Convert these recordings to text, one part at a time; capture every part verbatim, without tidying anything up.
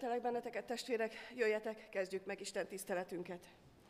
Üdvözöllek benneteket, testvérek, jöjjetek, kezdjük meg Isten tiszteletünket.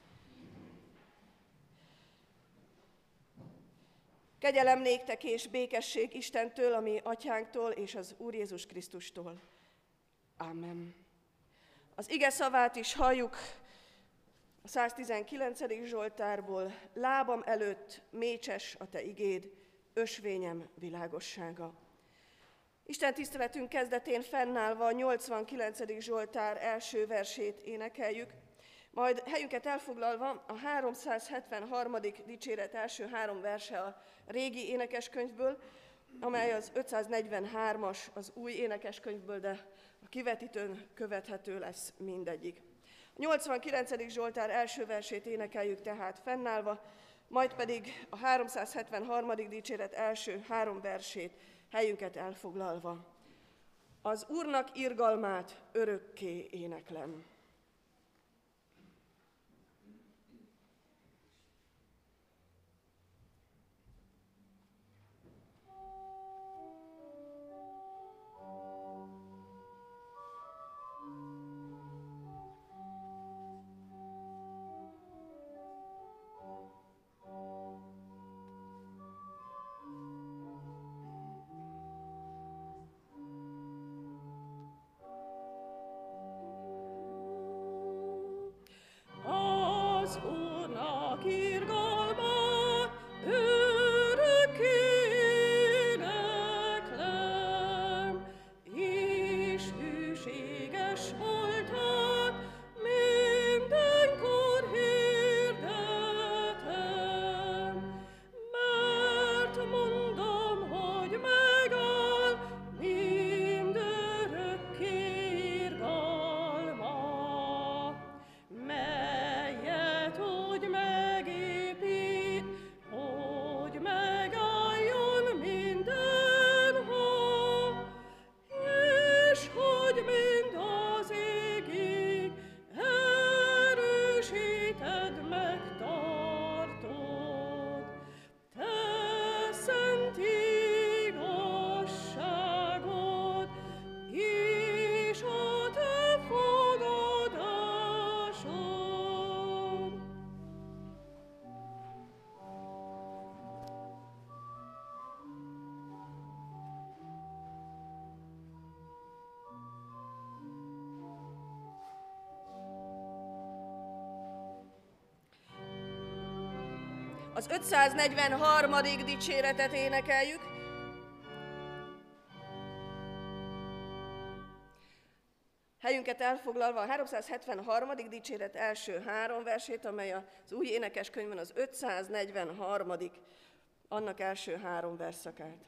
Kegyelem néktek és békesség Istentől, a mi atyánktól és az Úr Jézus Krisztustól. Amen. Az ige szavát is halljuk a száztizenkilencedik Zsoltárból. Lábam előtt mécses a te igéd, ösvényem világossága. Isten tiszteletünk kezdetén fennállva a nyolcvankilencedik Zsoltár első versét énekeljük, majd helyünket elfoglalva a háromszázhetvenharmadik dicséret első három verse a régi énekeskönyvből, amely az ötszáznegyvenhármas az új énekeskönyvből, de a kivetítőn követhető lesz mindegyik. A nyolcvankilencedik Zsoltár első versét énekeljük tehát fennállva, majd pedig a háromszázhetvenharmadik dicséret első három versét helyünket elfoglalva. Az Úrnak irgalmát örökké éneklem. Az ötszáznegyvenharmadik dicséretet énekeljük. Helyünket elfoglalva a háromszázhetvenharmadik dicséret első három versét, amely az új énekeskönyvben az ötszáznegyvenharmadik annak első három versszakát.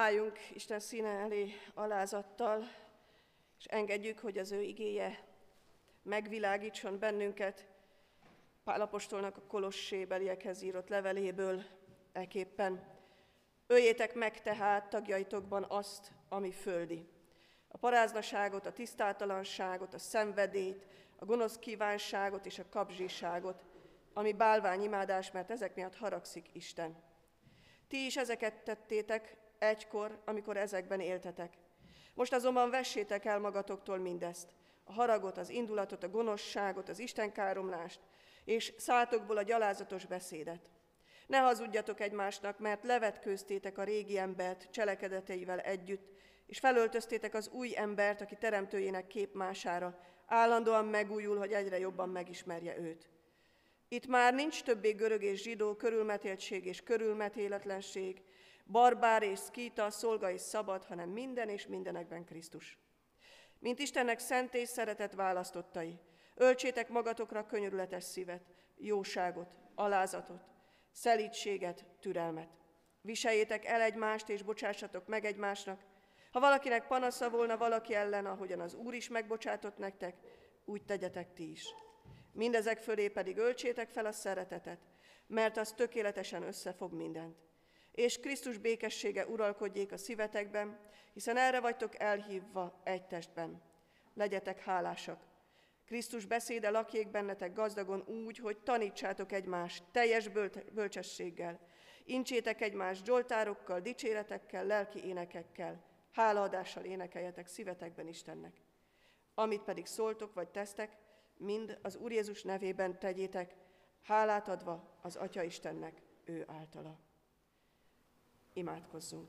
Álljunk Isten színe elé alázattal, és engedjük, hogy az ő igéje megvilágítson bennünket Pál apostolnak a Kolossébeliekhez írott leveléből eképpen. Öljétek meg tehát tagjaitokban azt, ami földi. A paráznaságot, a tisztátalanságot, a szenvedélyt, a gonosz kívánságot és a kapzsiságot, ami bálványimádás, mert ezek miatt haragszik Isten. Ti is ezeket tettétek egykor, amikor ezekben éltetek. Most azonban vessétek el magatoktól mindezt, a haragot, az indulatot, a gonoszságot, az istenkáromlást, és szátokból a gyalázatos beszédet. Ne hazudjatok egymásnak, mert levetkőztétek a régi embert cselekedeteivel együtt, és felöltöztétek az új embert, aki teremtőjének képmására, állandóan megújul, hogy egyre jobban megismerje őt. Itt már nincs többé görög és zsidó, körülmetéltség és körülmetéletlenség, barbár és szkíta, szolga és szabad, hanem minden és mindenekben Krisztus. Mint Istennek szent és szeretett választottai, öltsétek magatokra könyörületes szívet, jóságot, alázatot, szelídséget, türelmet. Viseljétek el egymást, és bocsássatok meg egymásnak. Ha valakinek panasza volna valaki ellen, ahogyan az Úr is megbocsátott nektek, úgy tegyetek ti is. Mindezek fölé pedig öltsétek fel a szeretetet, mert az tökéletesen összefog mindent. És Krisztus békessége uralkodjék a szívetekben, hiszen erre vagytok elhívva egy testben. Legyetek hálásak. Krisztus beszéde lakjék bennetek gazdagon úgy, hogy tanítsátok egymást teljes bölcsességgel. Incsétek egymást zsoltárokkal, dicséretekkel, lelki énekekkel, hálaadással énekeljetek szívetekben Istennek. Amit pedig szóltok vagy tesztek, mind az Úr Jézus nevében tegyétek, hálát adva az Atya Istennek ő általa. Imádkozzunk!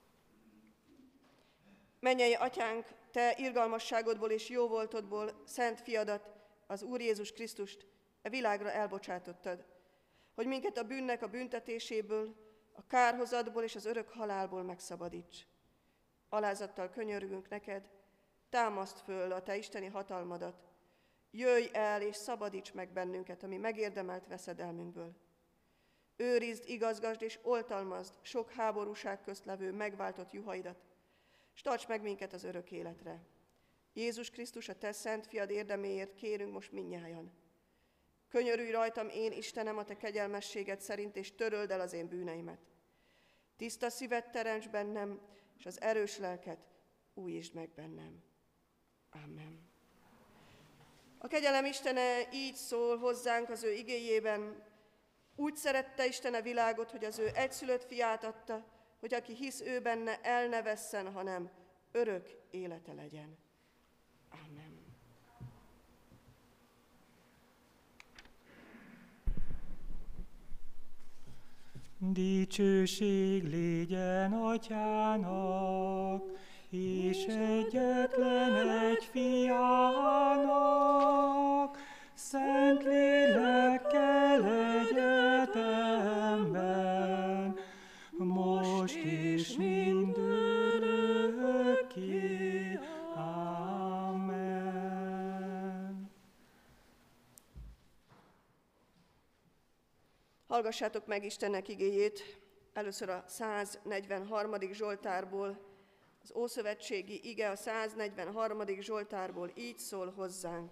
Mennyei Atyánk, Te irgalmasságodból és jóvoltodból szent fiadat, az Úr Jézus Krisztust e világra elbocsátottad, hogy minket a bűnnek a büntetéséből, a kárhozatból és az örök halálból megszabadíts. Alázattal könyörgünk neked, támaszd föl a Te isteni hatalmadat, jöjj el és szabadíts meg bennünket a mi megérdemelt veszedelmünkből. Őrizd, igazgasd és oltalmazd sok háborúság közt levő megváltott juhaidat, s tarts meg minket az örök életre. Jézus Krisztus, a Te szent fiad érdeméért kérünk most mindnyájan. Könyörülj rajtam, én Istenem, a Te kegyelmességed szerint, és töröld el az én bűneimet. Tiszta szívet teremts bennem, és az erős lelket újítsd meg bennem. Amen. A kegyelem Istene így szól hozzánk az ő igéjében: úgy szerette Isten a világot, hogy az ő egyszülött fiát adta, hogy aki hisz ő benne, el ne vesszen, hanem örök élete legyen. Amen. Dicsőség légyen Atyának, és egyetlen egy fiának, Szent Lélekkel egyetemben, most és mindörökké. Amen. Hallgassátok meg Istennek igéjét, először a száznegyvenharmadik Zsoltárból. Az ószövetségi ige a száznegyvenharmadik Zsoltárból így szól hozzánk.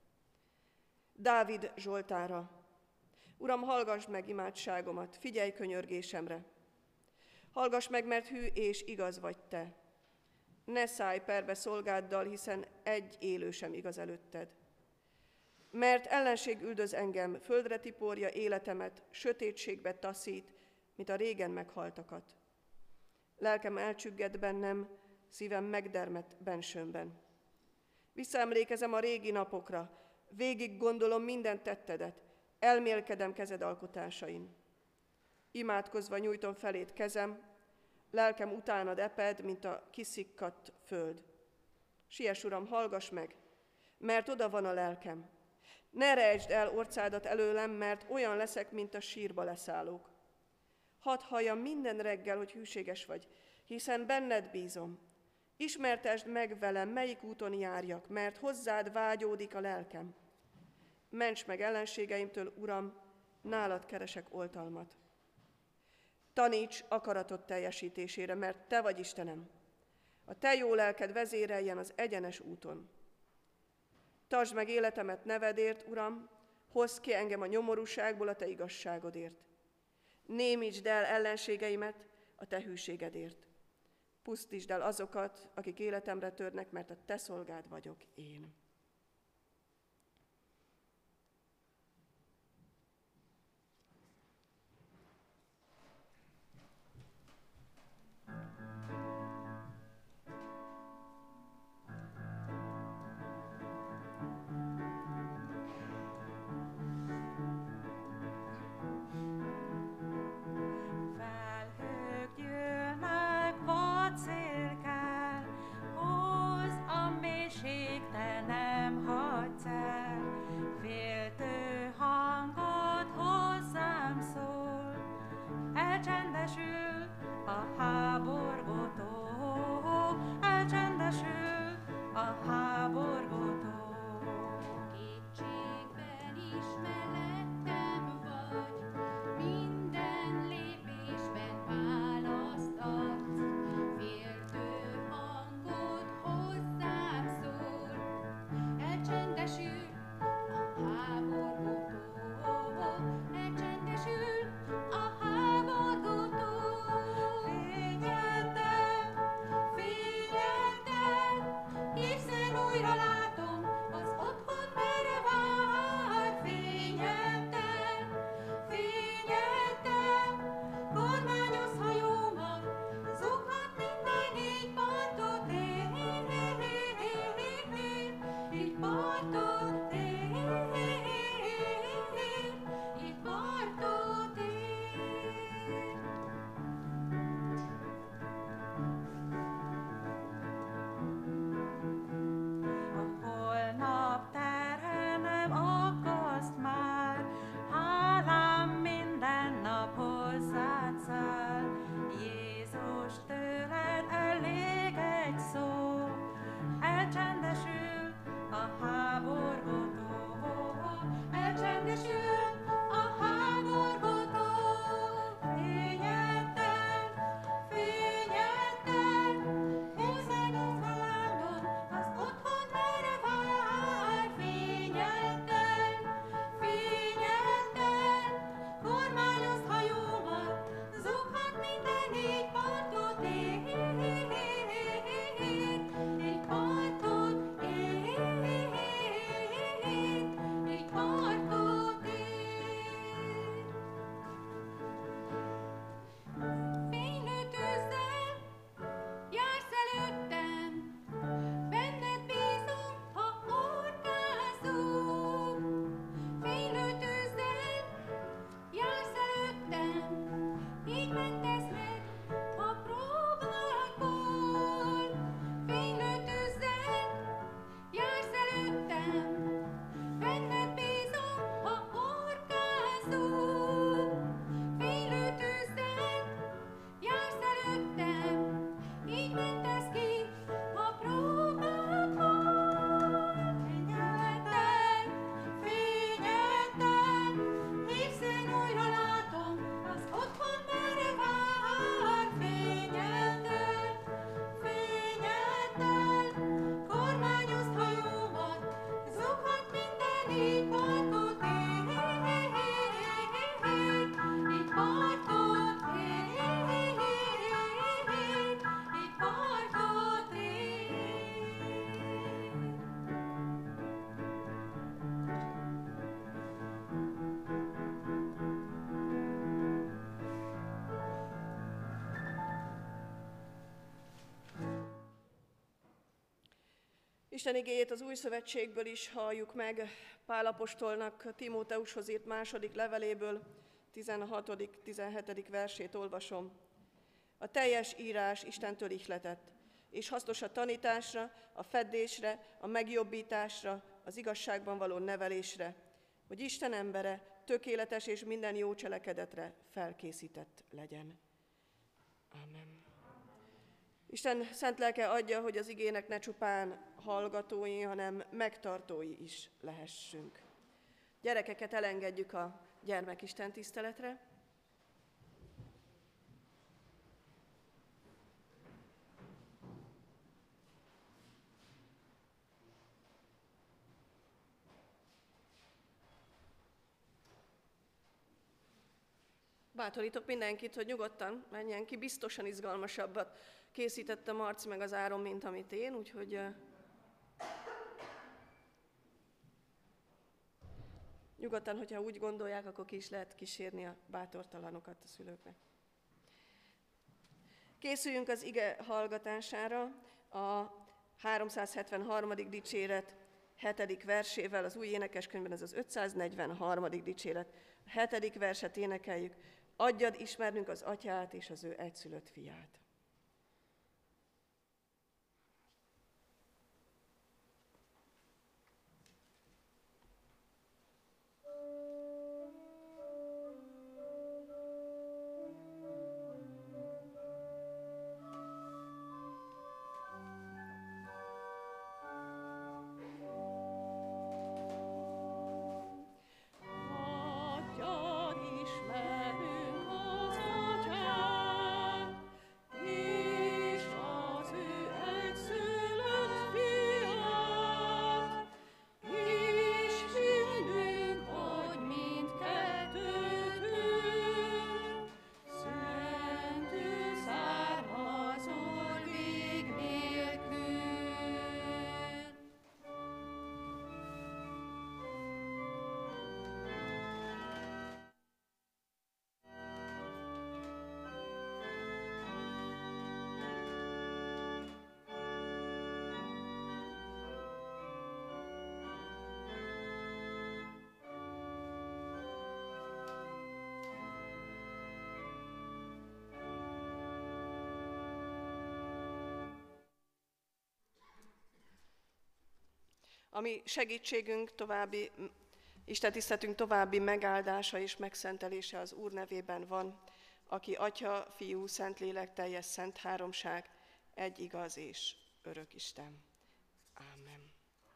Dávid zsoltára. Uram, hallgass meg imádságomat, figyelj könyörgésemre. Hallgass meg, mert hű és igaz vagy te. Ne szállj perbe szolgáddal, hiszen egy élő sem igaz előtted. Mert ellenség üldöz engem, földre tiporja életemet, sötétségbe taszít, mint a régen meghaltakat. Lelkem elcsügged bennem, szívem megdermedt bensőmben. Visszaemlékezem a régi napokra, végig gondolom minden tettedet, elmélkedem kezed alkotásain. Imádkozva nyújtom feléd kezem, lelkem utánad eped, mint a kiszikkadt föld. Siess, Uram, hallgass meg, mert oda van a lelkem. Ne rejtsd el orcádat előlem, mert olyan leszek, mint a sírba leszállók. Hadd halljam minden reggel, hogy hűséges vagy, hiszen benned bízom. Ismertesd meg velem, melyik úton járjak, mert hozzád vágyódik a lelkem. Ments meg ellenségeimtől, Uram, nálad keresek oltalmat. Taníts akaratod teljesítésére, mert te vagy Istenem. A te jó lelked vezéreljen az egyenes úton. Tartsd meg életemet nevedért, Uram, hozd ki engem a nyomorúságból a te igazságodért. Némítsd el ellenségeimet a te hűségedért. Pusztítsd el azokat, akik életemre törnek, mert a te szolgád vagyok én. Isten igéjét az Új Szövetségből is halljuk meg, Pál apostolnak Timóteushoz írt második leveléből, tizenhatodik tizenhetedik versét olvasom. A teljes írás Istentől ihletett, és hasznos a tanításra, a feddésre, a megjobbításra, az igazságban való nevelésre, hogy Isten embere tökéletes és minden jó cselekedetre felkészített legyen. Amen. Isten szent lelke adja, hogy az igének ne csupán hallgatói, hanem megtartói is lehessünk. Gyerekeket elengedjük a gyermekisten tiszteletre. Bátorítok mindenkit, hogy nyugodtan menjen ki, biztosan izgalmasabbat készítette Marci meg az Áron, mint amit én, úgyhogy uh, nyugodtan, hogyha úgy gondolják, akkor ki is lehet kísérni a bátortalanokat a szülőknek. Készüljünk az ige hallgatására a háromszázhetvenharmadik dicséret hetedik versével, az új énekeskönyvben ez az ötszáznegyvenharmadik dicséret, a hetedik verset énekeljük. Adjad ismernünk az Atyát és az ő egyszülött fiát. A mi segítségünk, további, Isten tiszteletünk további megáldása és megszentelése az Úr nevében van, aki Atya, Fiú, Szentlélek, teljes szent háromság, egy igaz és örök Isten. Ámen.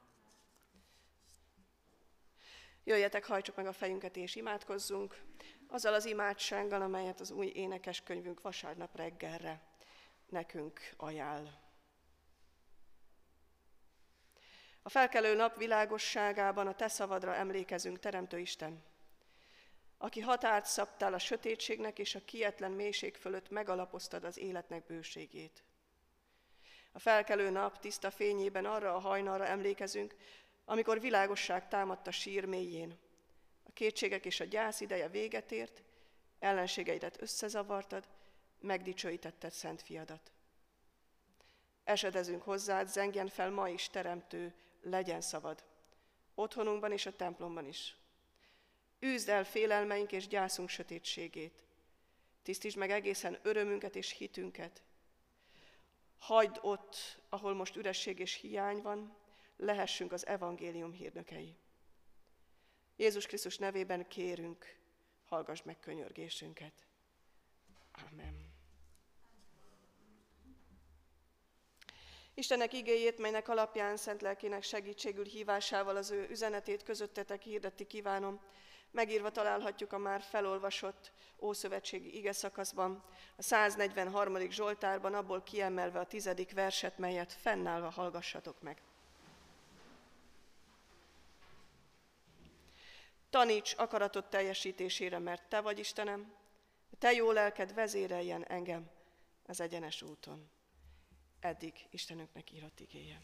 Jöjjetek, hajtsuk meg a fejünket és imádkozzunk, azzal az imádsággal, amelyet az új énekeskönyvünk vasárnap reggelre nekünk ajánl. A felkelő nap világosságában a te szavadra emlékezünk, Teremtő Isten, aki határt szabtál a sötétségnek és a kietlen mélység fölött megalapoztad az életnek bőségét. A felkelő nap tiszta fényében arra a hajnalra emlékezünk, amikor világosság támadt a sír mélyén. A kétségek és a gyász ideje véget ért, ellenségeidet összezavartad, megdicsőítetted szent fiadat. Esedezünk hozzád, zengjen fel ma is, Teremtő, legyen szavad, otthonunkban és a templomban is. Űzd el félelmeink és gyászunk sötétségét. Tisztítsd meg egészen örömünket és hitünket. Hagyd ott, ahol most üresség és hiány van, lehessünk az evangélium hírnökei. Jézus Krisztus nevében kérünk, hallgass meg könyörgésünket. Amen. Istennek igéjét, melynek alapján szent lelkének segítségül hívásával az ő üzenetét közöttetek hirdetni kívánom, megírva találhatjuk a már felolvasott ószövetségi igeszakaszban, a száznegyvenharmadik Zsoltárban, abból kiemelve a tizedik verset, melyet fennállva hallgassatok meg. Taníts akaratod teljesítésére, mert te vagy Istenem, te jó lelked vezéreljen engem az egyenes úton. Eddig Istenünknek írott igéje.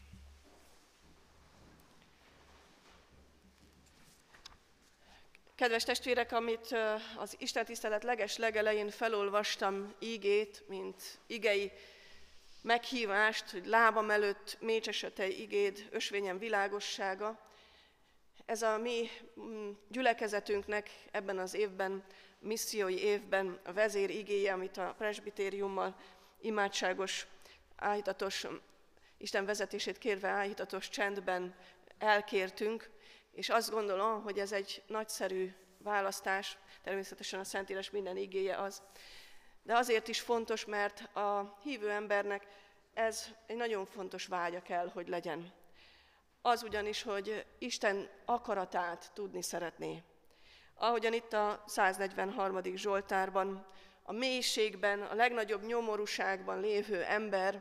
Kedves testvérek, amit az istentisztelet leges legelején felolvastam ígét, mint igei meghívást, hogy lábam előtt mécsese te igéd, ösvényem világossága, ez a mi gyülekezetünknek ebben az évben, missziói évben a vezér igéje, amit a presbitériummal imádságos, áhítatos, Isten vezetését kérve áhítatos csendben elkértünk, és azt gondolom, hogy ez egy nagyszerű választás, természetesen a Szentírás minden igéje az, de azért is fontos, mert a hívő embernek ez egy nagyon fontos vágya kell, hogy legyen. Az ugyanis, hogy Isten akaratát tudni szeretné. Ahogyan itt a száznegyvenharmadik Zsoltárban, a mélységben, a legnagyobb nyomorúságban lévő ember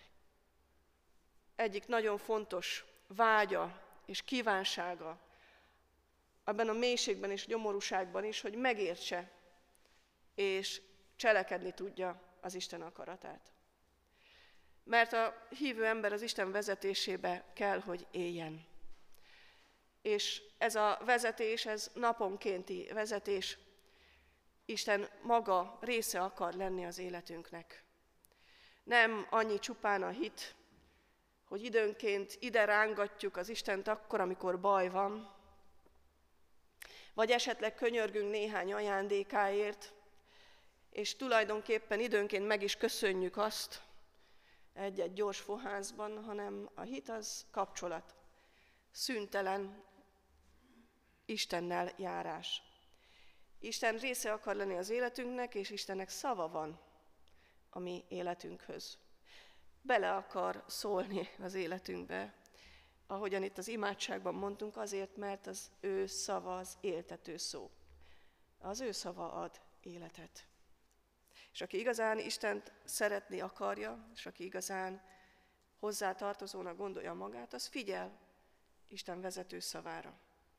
egyik nagyon fontos vágya és kívánsága ebben a mélységben és nyomorúságban is, hogy megértse és cselekedni tudja az Isten akaratát. Mert a hívő ember az Isten vezetésébe kell, hogy éljen. És ez a vezetés, ez naponkénti vezetés, Isten maga része akar lenni az életünknek. Nem annyi csupán a hit, hogy időnként ide rángatjuk az Istent akkor, amikor baj van, vagy esetleg könyörgünk néhány ajándékáért, és tulajdonképpen időnként meg is köszönjük azt egy-egy gyors fohászban, hanem a hit az kapcsolat, szüntelen Istennel járás. Isten része akar lenni az életünknek, és Istennek szava van a mi életünkhöz. Bele akar szólni az életünkbe, ahogyan itt az imádságban mondtunk, azért, mert az ő szava az éltető szó. Az ő szava ad életet. És aki igazán Istent szeretni akarja, és aki igazán hozzá tartozónak gondolja magát, az figyel Isten vezető szavára.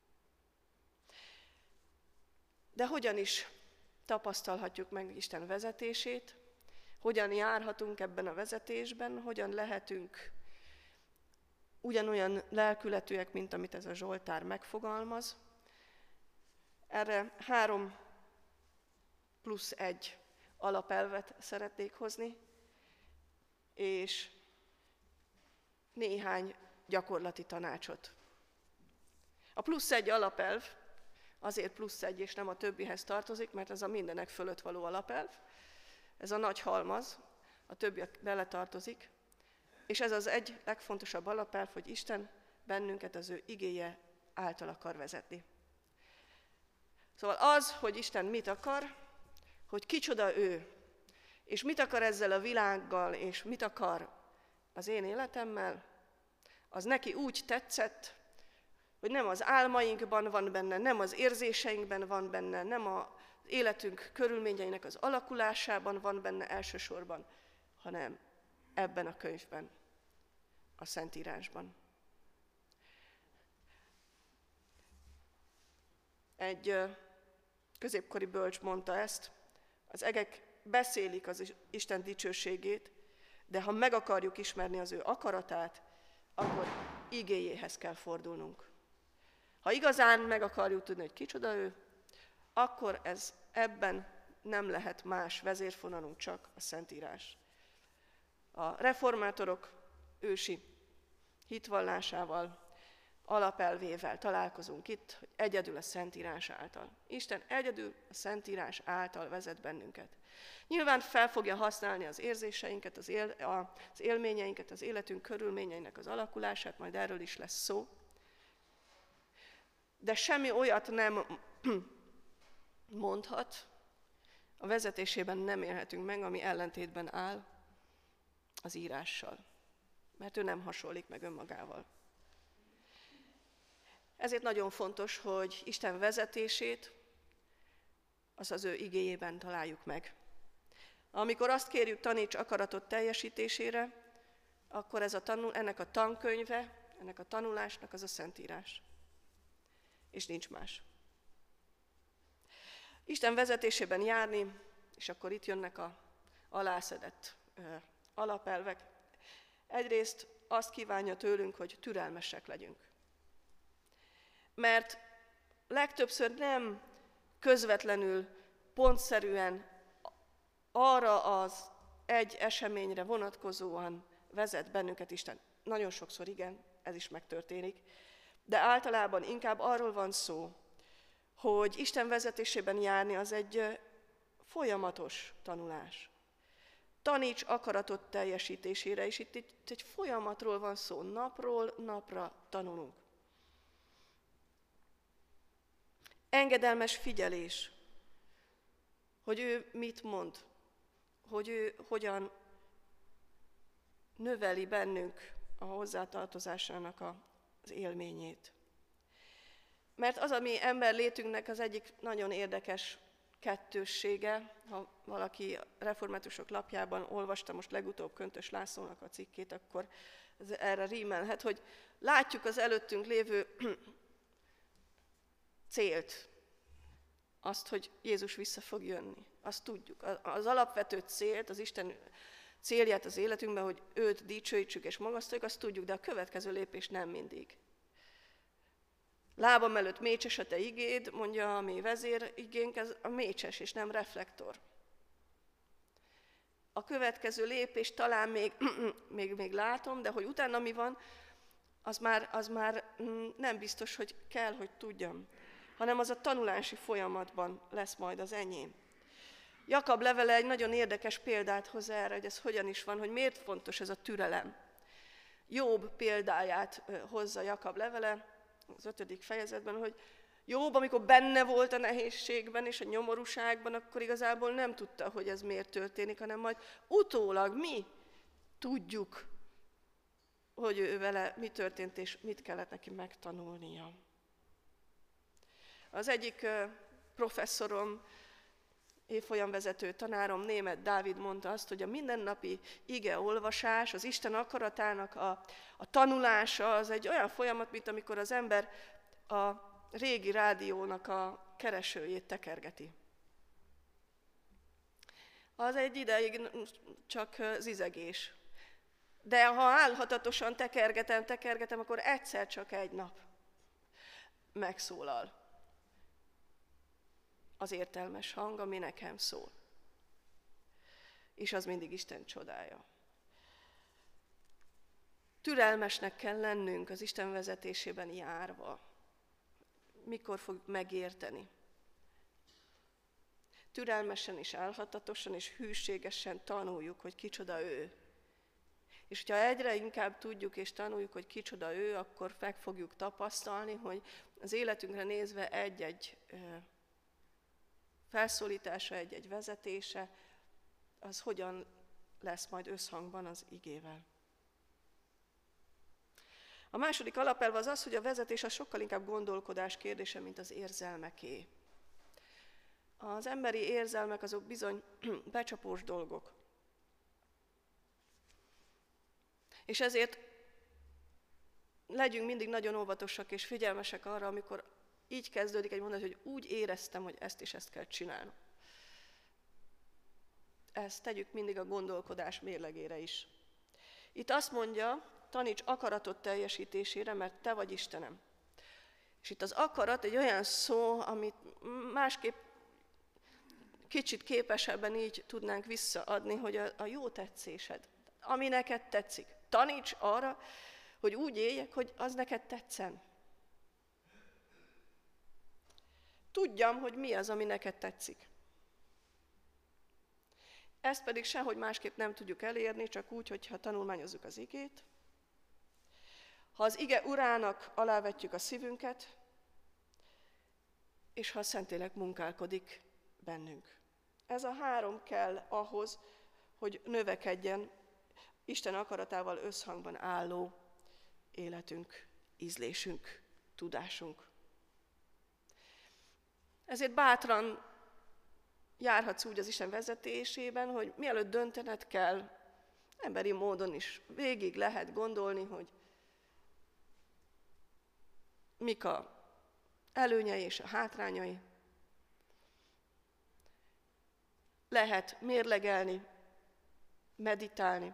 De hogyan is tapasztalhatjuk meg Isten vezetését, hogyan járhatunk ebben a vezetésben, hogyan lehetünk ugyanolyan lelkületűek, mint amit ez a Zsoltár megfogalmaz. Erre három plusz egy alapelvet szeretnék hozni, és néhány gyakorlati tanácsot. A plusz egy alapelv azért plusz egy, és nem a többihez tartozik, mert ez a mindenek fölött való alapelv. Ez a nagy halmaz, a többi bele tartozik, és ez az egy legfontosabb alapelv, hogy Isten bennünket az ő igéje által akar vezetni. Szóval az, hogy Isten mit akar, hogy kicsoda ő, és mit akar ezzel a világgal, és mit akar az én életemmel, az neki úgy tetszett, hogy nem az álmainkban van benne, nem az érzéseinkben van benne, nem az életünk körülményeinek az alakulásában van benne elsősorban, hanem ebben a könyvben, a Szentírásban. Egy középkori bölcs mondta ezt, az egek beszélik az Isten dicsőségét, de ha meg akarjuk ismerni az ő akaratát, akkor igéjéhez kell fordulnunk. Ha igazán meg akarjuk tudni, hogy kicsoda ő, akkor ez ebben nem lehet más vezérfonalunk, csak a Szentírás. A reformátorok ősi hitvallásával, alapelvével találkozunk itt, hogy egyedül a Szentírás által. Isten egyedül a Szentírás által vezet bennünket. Nyilván fel fogja használni az érzéseinket, az, él, az élményeinket, az életünk körülményeinek az alakulását, majd erről is lesz szó. De semmi olyat nem mondhat, a vezetésében nem élhetünk meg, ami ellentétben áll az írással. Mert ő nem hasonlik meg önmagával. Ezért nagyon fontos, hogy Isten vezetését az az ő igéjében találjuk meg. Amikor azt kérjük, taníts akaratot teljesítésére, akkor ez a tanul, ennek a tankönyve, ennek a tanulásnak az a Szentírás. És nincs más. Isten vezetésében járni, és akkor itt jönnek a alászedett ö, alapelvek. Egyrészt azt kívánja tőlünk, hogy türelmesek legyünk. Mert legtöbbször nem közvetlenül, pontszerűen arra az egy eseményre vonatkozóan vezet bennünket Isten. Nagyon sokszor igen, ez is megtörténik, de általában inkább arról van szó, hogy Isten vezetésében járni az egy folyamatos tanulás. Taníts akaratot teljesítésére, és itt, itt egy folyamatról van szó, napról napra tanulunk. Engedelmes figyelés, hogy ő mit mond, hogy ő hogyan növeli bennünk a hozzátartozásának az élményét. Mert az, ami ember létünknek az egyik nagyon érdekes kettőssége, ha valaki reformátusok lapjában olvasta most legutóbb Köntös Lászlónak a cikkét, akkor ez erre rímelhet, hogy látjuk az előttünk lévő célt, azt, hogy Jézus vissza fog jönni. azt tudjuk. Az alapvető célt, az Isten célját az életünkben, hogy őt dicsőítsük és magasztaljuk, azt tudjuk, de a következő lépés nem mindig. Lábam előtt mécses a te igéd, mondja a mi vezérigénk, ez a mécses és nem reflektor. A következő lépés talán még, még, még látom, de hogy utána mi van, az már, az már nem biztos, hogy kell, hogy tudjam, hanem az a tanulási folyamatban lesz majd az enyém. Jakab levele egy nagyon érdekes példát hoz erre, hogy ez hogyan is van, hogy miért fontos ez a türelem. Jobb példáját hozza Jakab levele az ötödik fejezetben, hogy Jobb, amikor benne volt a nehézségben és a nyomorúságban, akkor igazából nem tudta, hogy ez miért történik, hanem majd utólag mi tudjuk, hogy ő vele mi történt és mit kellett neki megtanulnia. Az egyik professzorom, évfolyamvezető tanárom, német Dávid mondta azt, hogy a mindennapi igeolvasás, az Isten akaratának a, a tanulása az egy olyan folyamat, mint amikor az ember a régi rádiónak a keresőjét tekergeti. Az egy ideig csak zizegés. De ha álhatatosan tekergetem, tekergetem, akkor egyszer csak egy nap megszólal az értelmes hang, ami nekem szól. És az mindig Isten csodája. Türelmesnek kell lennünk az Isten vezetésében járva. Mikor fogjuk megérteni? Türelmesen és álhatatosan és hűségesen tanuljuk, hogy kicsoda ő. És hogyha egyre inkább tudjuk és tanuljuk, hogy kicsoda ő, akkor meg fogjuk tapasztalni, hogy az életünkre nézve egy-egy felszólítása, egy-egy vezetése, az hogyan lesz majd összhangban az igével. A második alapelv az az, hogy a vezetés az sokkal inkább gondolkodás kérdése, mint az érzelmeké. Az emberi érzelmek azok bizony becsapós dolgok. És ezért legyünk mindig nagyon óvatosak és figyelmesek arra, amikor így kezdődik egy mondat, hogy úgy éreztem, hogy ezt és ezt kell csinálnom. Ezt tegyük mindig a gondolkodás mérlegére is. Itt azt mondja, taníts akaratot teljesítésére, mert te vagy Istenem. És itt az akarat egy olyan szó, amit másképp kicsit képesebben így tudnánk visszaadni, hogy a, a jó tetszésed, ami neked tetszik. Taníts arra, hogy úgy éljek, hogy az neked tetszen. Tudjam, hogy mi az, ami neked tetszik. Ezt pedig sehogy másképp nem tudjuk elérni, csak úgy, hogyha tanulmányozzuk az igét. Ha az ige urának alávetjük a szívünket, és ha a Szentlélek munkálkodik bennünk. Ez a három kell ahhoz, hogy növekedjen Isten akaratával összhangban álló életünk, ízlésünk, tudásunk. Ezért bátran járhatsz úgy az Isten vezetésében, hogy mielőtt döntened kell, emberi módon is végig lehet gondolni, hogy mik a előnyei és a hátrányai. Lehet mérlegelni, meditálni,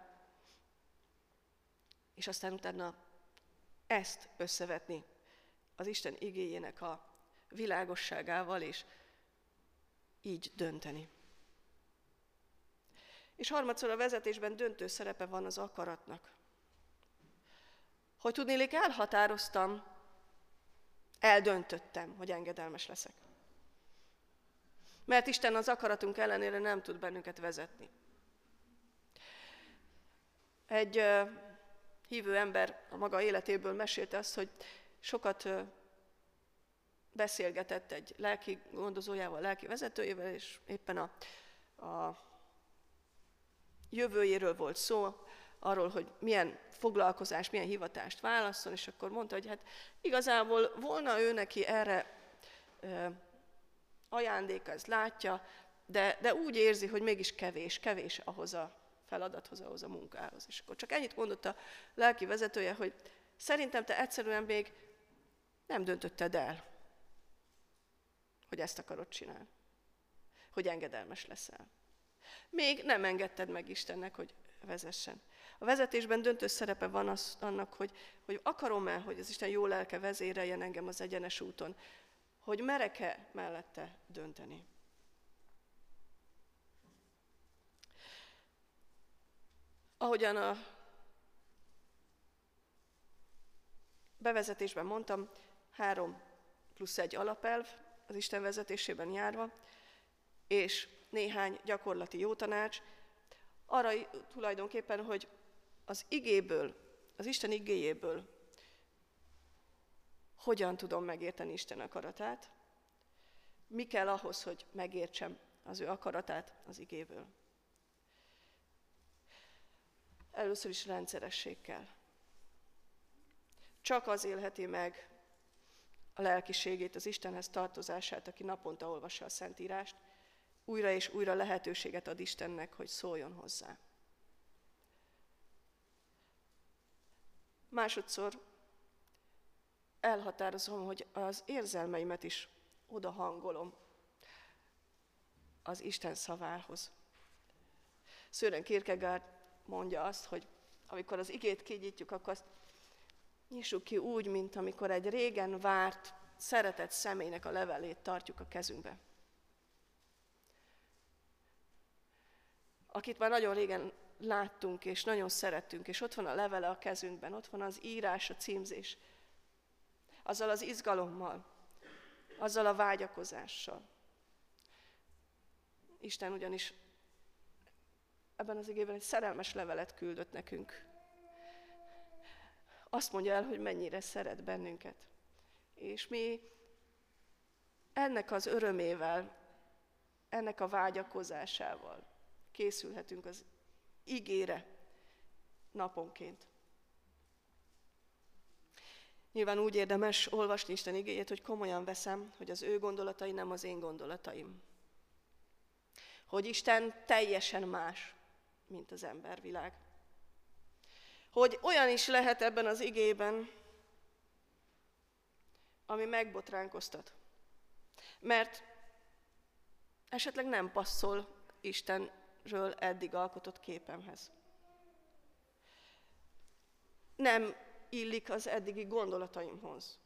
és aztán utána ezt összevetni az Isten igéjének a világosságával, és így dönteni. És harmadszor a vezetésben döntő szerepe van az akaratnak. Hogy tudnélik, elhatároztam, eldöntöttem, hogy engedelmes leszek. Mert Isten az akaratunk ellenére nem tud bennünket vezetni. Egy uh, hívő ember a maga életéből mesélte azt, hogy sokat uh, beszélgetett egy lelki gondozójával, lelki vezetőjével, és éppen a, a jövőjéről volt szó, arról, hogy milyen foglalkozás, milyen hivatást válasszon, és akkor mondta, hogy hát igazából volna ő neki erre ö, ajándéka, ezt látja, de, de úgy érzi, hogy mégis kevés, kevés ahhoz a feladathoz, ahhoz a munkához. És akkor csak ennyit mondott a lelki vezetője, hogy szerintem te egyszerűen még nem döntötted el, hogy ezt akarod csinálni. hogy engedelmes leszel. Még nem engedted meg Istennek, hogy vezessen. A vezetésben döntő szerepe van az, annak, hogy, hogy akarom-e, hogy az Isten jó lelke vezéreljen engem az egyenes úton, hogy merek-e mellette dönteni. Ahogyan a bevezetésben mondtam, három plusz egy alapelv az Isten vezetésében járva, és néhány gyakorlati jó tanács, arra tulajdonképpen, hogy az igéből, az Isten igéjéből hogyan tudom megérteni Isten akaratát, mi kell ahhoz, hogy megértsem az ő akaratát az igéből. Először is rendszeresség kell. Csak az élheti meg a lelkiségét, az Istenhez tartozását, aki naponta olvassa a Szentírást, újra és újra lehetőséget ad Istennek, hogy szóljon hozzá. Másodszor elhatározom, hogy az érzelmeimet is oda hangolom az Isten szavához. Søren Kierkegaard mondja azt, hogy amikor az igét kinyitjuk, akkor azt nyissuk ki úgy, mint amikor egy régen várt, szeretett személynek a levelét tartjuk a kezünkbe. Akit már nagyon régen láttunk, és nagyon szerettünk, és ott van a levele a kezünkben, ott van az írás, a címzés, azzal az izgalommal, azzal a vágyakozással. Isten ugyanis ebben az igében egy szerelmes levelet küldött nekünk. Azt mondja el, hogy mennyire szeret bennünket. És mi ennek az örömével, ennek a vágyakozásával készülhetünk az igére naponként. Nyilván úgy érdemes olvasni Isten igéjét, hogy komolyan veszem, hogy az ő gondolatai nem az én gondolataim. Hogy Isten teljesen más, mint az embervilág. Hogy olyan is lehet ebben az igében, ami megbotránkoztat. Mert esetleg nem passzol Istenről eddig alkotott képemhez. Nem illik az eddigi gondolataimhoz.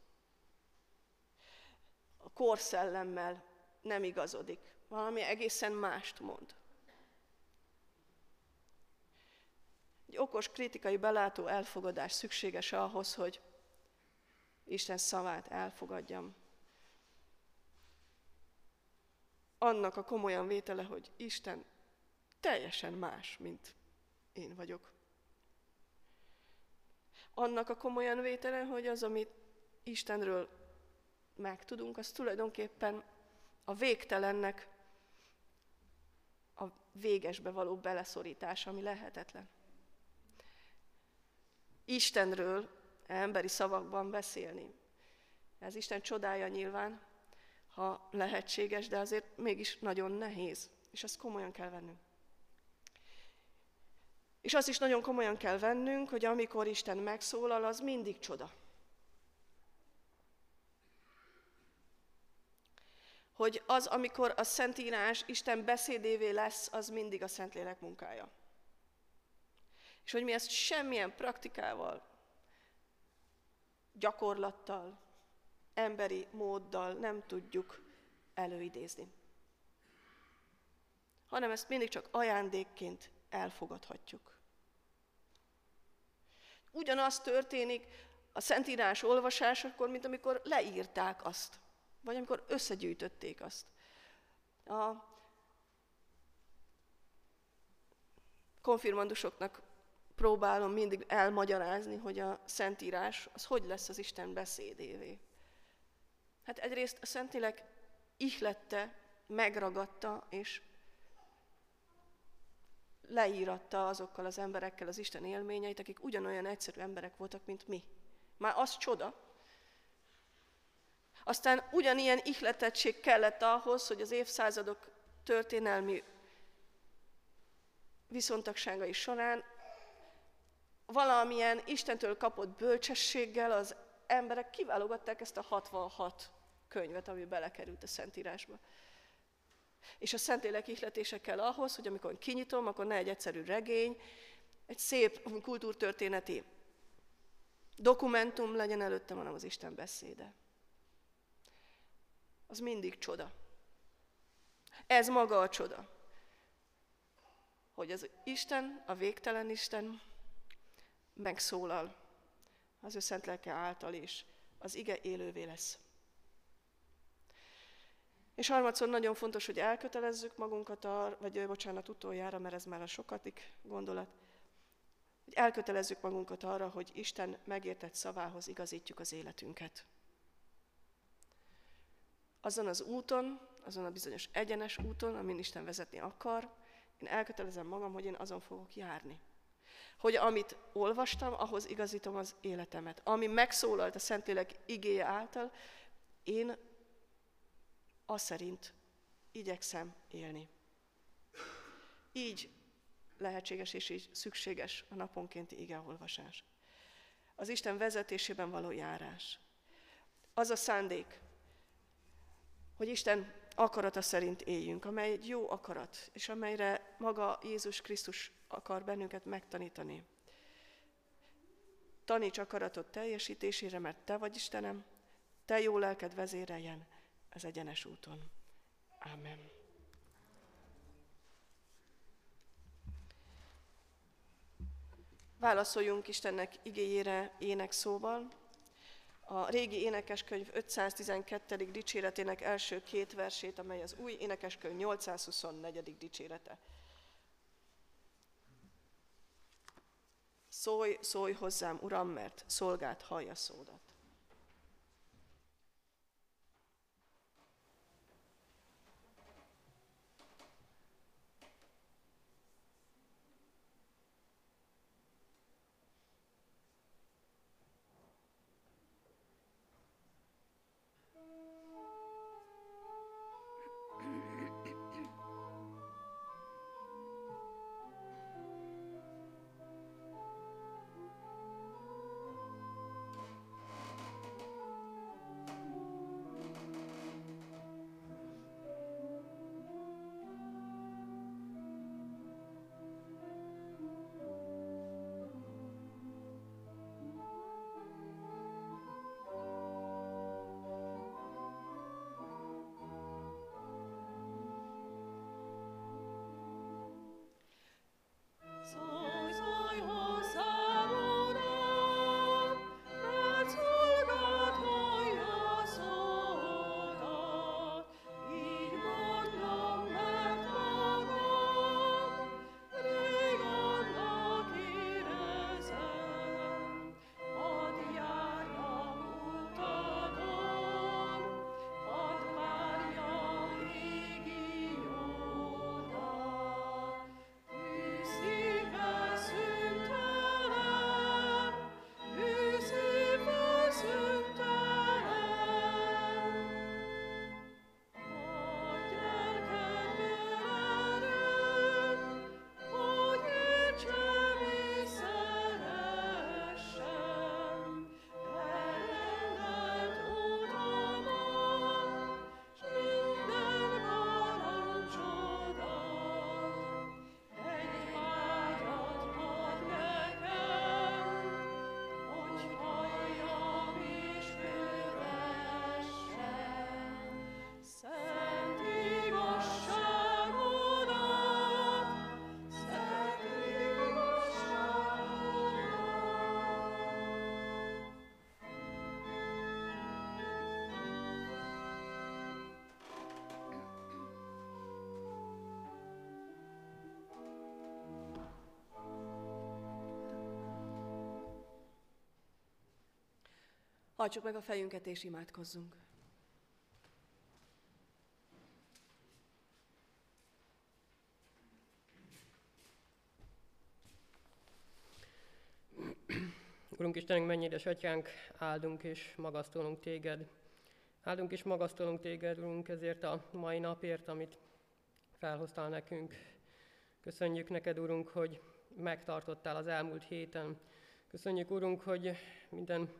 A korszellemmel nem igazodik. Valami egészen mást mond. Egy okos, kritikai, belátó elfogadás szükséges ahhoz, hogy Isten szavát elfogadjam. Annak a komolyan vétele, hogy Isten teljesen más, mint én vagyok. Annak a komolyan vétele, hogy az, amit Istenről megtudunk, az tulajdonképpen a végtelennek a végesbe való beleszorítás, ami lehetetlen. Istenről emberi szavakban beszélni. Ez Isten csodája nyilván, ha lehetséges, de azért mégis nagyon nehéz, és azt komolyan kell vennünk. És azt is nagyon komolyan kell vennünk, hogy amikor Isten megszólal, az mindig csoda. Hogy az, amikor a Szentírás Isten beszédévé lesz, az mindig a Szentlélek munkája. És hogy mi ezt semmilyen praktikával, gyakorlattal, emberi móddal nem tudjuk előidézni. Hanem ezt mindig csak ajándékként elfogadhatjuk. Ugyanaz történik a Szentírás olvasásakor, mint amikor leírták azt, vagy amikor összegyűjtötték azt. A konfirmandusoknak próbálom mindig elmagyarázni, hogy a Szentírás az hogy lesz az Isten beszédévé. Hát egyrészt a Szentlélek ihlette, megragadta, és leíratta azokkal az emberekkel az Isten élményeit, akik ugyanolyan egyszerű emberek voltak, mint mi. Már az csoda. Aztán ugyanilyen ihletettség kellett ahhoz, hogy az évszázadok történelmi viszontagságai során valamilyen Istentől kapott bölcsességgel az emberek kiválogatták ezt a hatvanhat könyvet, ami belekerült a Szentírásba. És a Szentlélek ihletése kell ahhoz, hogy amikor kinyitom, akkor ne egy egyszerű regény, egy szép kultúrtörténeti dokumentum legyen előttem, hanem az Isten beszéde. Az mindig csoda. Ez maga a csoda. Hogy az Isten, a végtelen Isten megszólal az ő szent lelke által, és az ige élővé lesz. És harmadszor nagyon fontos, hogy elkötelezzük magunkat arra, vagy bocsánat, utoljára, mert ez már a sokadik gondolat, hogy elkötelezzük magunkat arra, hogy Isten megértett szavához igazítjuk az életünket. Azon az úton, azon a bizonyos egyenes úton, amin Isten vezetni akar, én elkötelezem magam, hogy én azon fogok járni. Hogy amit olvastam, ahhoz igazítom az életemet. Ami megszólalt a Szentlélek igéje által, én az szerint igyekszem élni. Így lehetséges és így szükséges a naponkénti igeolvasás. Az Isten vezetésében való járás. Az a szándék, hogy Isten akarata szerint éljünk, amely egy jó akarat, és amelyre maga Jézus Krisztus akar bennünket megtanítani. Taníts akaratot teljesítésére, mert Te vagy Istenem, Te jó lelked vezéreljen az egyenes úton. Ámen. Válaszoljunk Istennek igéjére énekszóval. A régi énekeskönyv ötszáztizenkettedik dicséretének első két versét, amely az új énekeskönyv nyolcszázhuszonnegyedik dicsérete. Szólj, szólj hozzám, Uram, mert szolgád hallja szódat. Hajtsuk meg a fejünket és imádkozzunk. Urunk Istenünk, mennyi édes Atyánk, áldunk és magasztalunk Téged. Áldunk és magasztalunk Téged, Urunk, ezért a mai napért, amit felhoztál nekünk. Köszönjük neked, Urunk, hogy megtartottál az elmúlt héten. Köszönjük, Urunk, hogy minden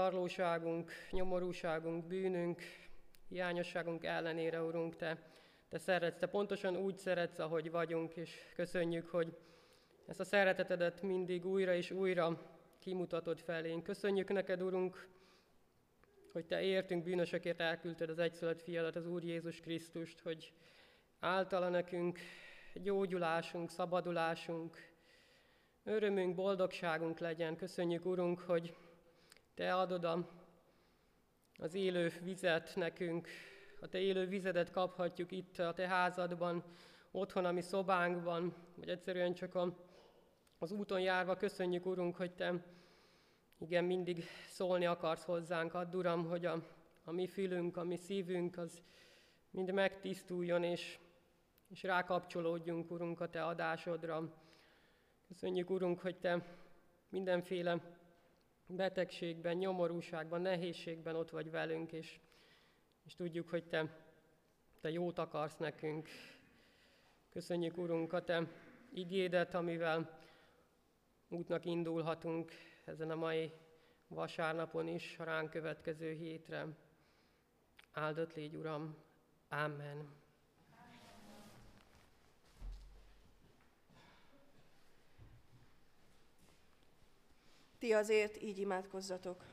gyarlóságunk, nyomorúságunk, bűnünk, hiányosságunk ellenére, Urunk, Te Te szeretsz, Te pontosan úgy szeretsz, ahogy vagyunk, és köszönjük, hogy ezt a szeretetedet mindig újra és újra kimutatod felénk. Köszönjük neked, Urunk, hogy Te értünk bűnösökért elküldted az egyszülött fiadat, az Úr Jézus Krisztust, hogy általa nekünk gyógyulásunk, szabadulásunk, örömünk, boldogságunk legyen. Köszönjük, Urunk, hogy Te adod a, az élő vizet nekünk, a Te élő vizedet kaphatjuk itt a Te házadban, otthon, a mi szobánkban, vagy egyszerűen csak a, az úton járva. Köszönjük, Urunk, hogy Te igen, mindig szólni akarsz hozzánk. Add, Uram, hogy a, a mi fülünk, a mi szívünk, az mind megtisztuljon, és, és rákapcsolódjunk, Urunk, a Te adásodra. Köszönjük, Urunk, hogy Te mindenféle betegségben, nyomorúságban, nehézségben ott vagy velünk, és, és tudjuk, hogy Te, Te jót akarsz nekünk. Köszönjük, Urunk, a Te igédet, amivel útnak indulhatunk ezen a mai vasárnapon is, a ránk következő hétre. Áldott légy, Uram! Amen. Ti azért így imádkozzatok.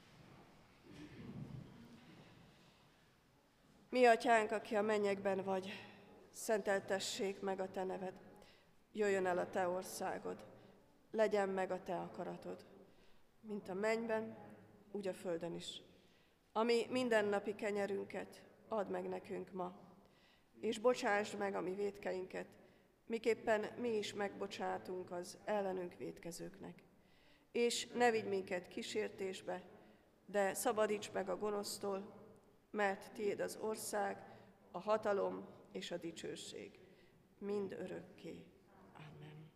Mi atyánk, aki a mennyekben vagy, szenteltessék meg a te neved. Jöjjön el a te országod, legyen meg a te akaratod, mint a mennyben, úgy a földön is. Ami mindennapi kenyerünket add meg nekünk ma, és bocsásd meg a mi vétkeinket, miképpen mi is megbocsátunk az ellenünk vétkezőknek. És ne vigy minket kísértésbe, de szabadíts meg a gonosztól, mert tiéd az ország, a hatalom és a dicsőség, mind örökké. Amen.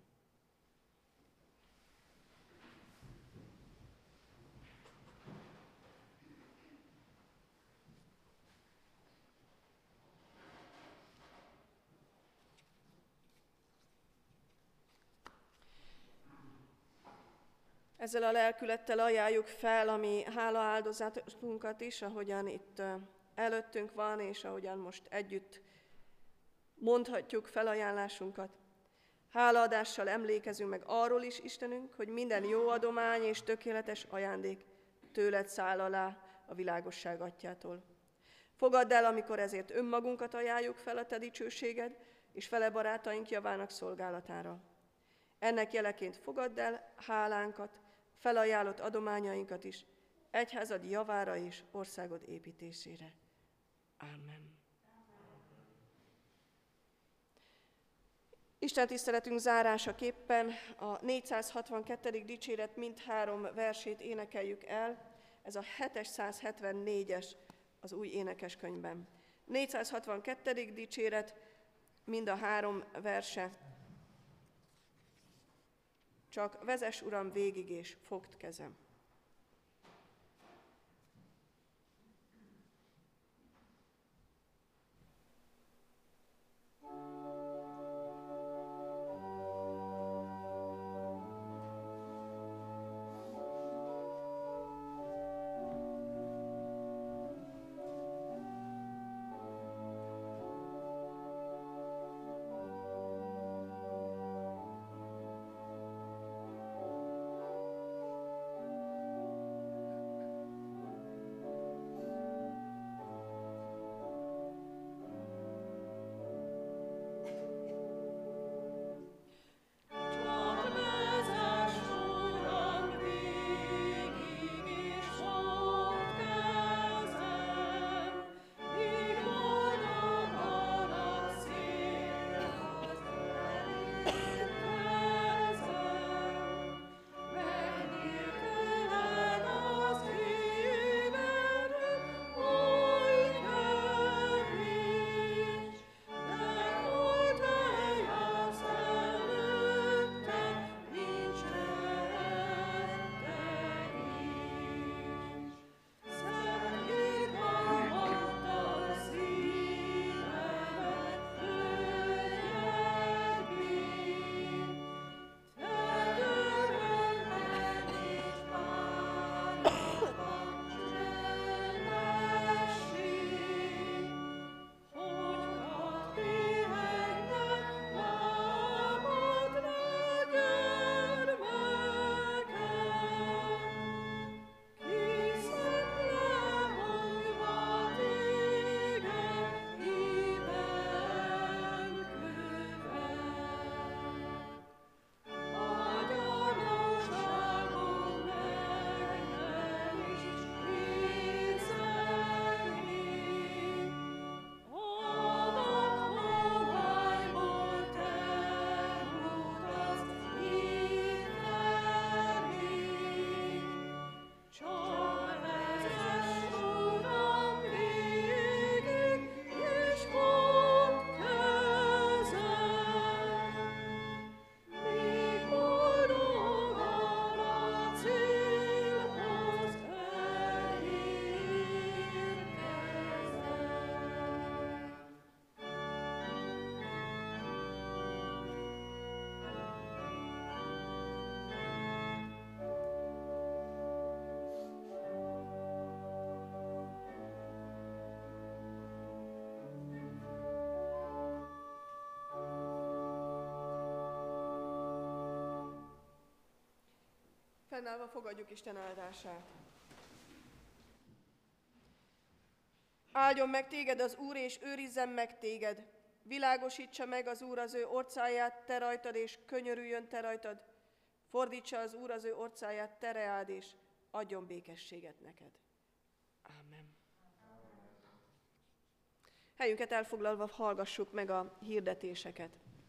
Ezzel a lelkülettel ajánljuk fel a mi hálaáldozatunkat is, ahogyan itt előttünk van, és ahogyan most együtt mondhatjuk felajánlásunkat. Hálaadással emlékezünk meg arról is, Istenünk, hogy minden jó adomány és tökéletes ajándék tőled száll alá a világosság atyától. Fogadd el, amikor ezért önmagunkat ajánljuk fel a te dicsőséged és fele barátaink javának szolgálatára. Ennek jeleként fogadd el hálánkat, felajánlott adományainkat is, egyházad javára és országod építésére. Amen. Isten tiszteletünk zárásaképpen a négyszázhatvankettedik dicséret mindhárom versét énekeljük el. Ez a hétszázhetvennégyes az új énekeskönyvben. négyszázhatvankettedik dicséret, mind a három verse. Csak vezess, Uram, végig és fogd kezem. Fennállva fogadjuk Isten áldását. Áldjon meg téged az Úr, és őrizzen meg téged. Világosítsa meg az Úr az ő orcáját te rajtad, és könyörüljön te rajtad. Fordítsa az Úr az ő orcáját te reád, és adjon békességet neked. Ámen. Helyünket elfoglalva hallgassuk meg a hirdetéseket.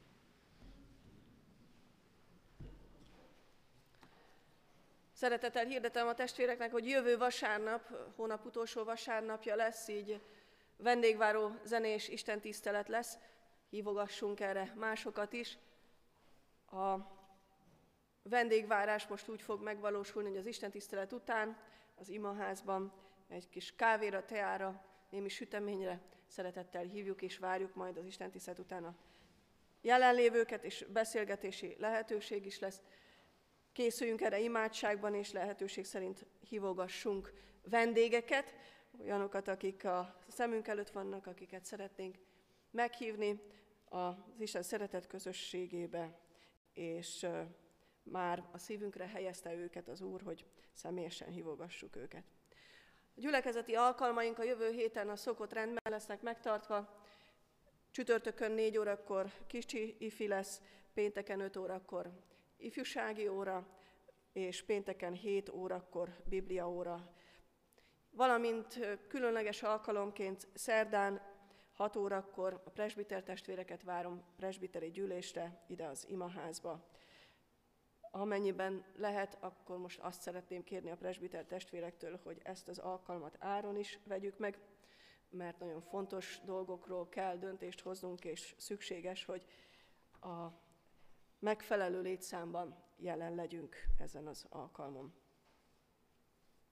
Szeretettel hirdetem a testvéreknek, hogy jövő vasárnap, hónap utolsó vasárnapja lesz, így vendégváró zenés istentisztelet lesz. Hívogassunk erre másokat is. A vendégvárás most úgy fog megvalósulni, hogy az istentisztelet után az imaházban egy kis kávéra, teára, némi süteményre szeretettel hívjuk és várjuk majd az istentisztelet után a jelenlévőket, és beszélgetési lehetőség is lesz. Készüljünk erre imádságban, és lehetőség szerint hívogassunk vendégeket, olyanokat, akik a szemünk előtt vannak, akiket szeretnénk meghívni az Isten szeretet közösségébe, és már a szívünkre helyezte őket az Úr, hogy személyesen hívogassuk őket. A gyülekezeti alkalmaink a jövő héten a szokott rendben lesznek megtartva. Csütörtökön négy órakor kicsi ifi lesz, pénteken öt órakor ifjúsági óra, és pénteken hét órakor bibliaóra. Valamint különleges alkalomként szerdán hat órakor a presbiter testvéreket várom presbiteri gyűlésre ide az imaházba. Amennyiben lehet, akkor most azt szeretném kérni a presbiter testvérektől, hogy ezt az alkalmat áron is vegyük meg, mert nagyon fontos dolgokról kell döntést hoznunk, és szükséges, hogy a megfelelő létszámban jelen legyünk ezen az alkalmon.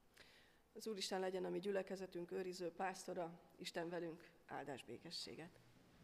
Az Úristen legyen a mi gyülekezetünk őriző pásztora, Isten velünk, áldás békességet!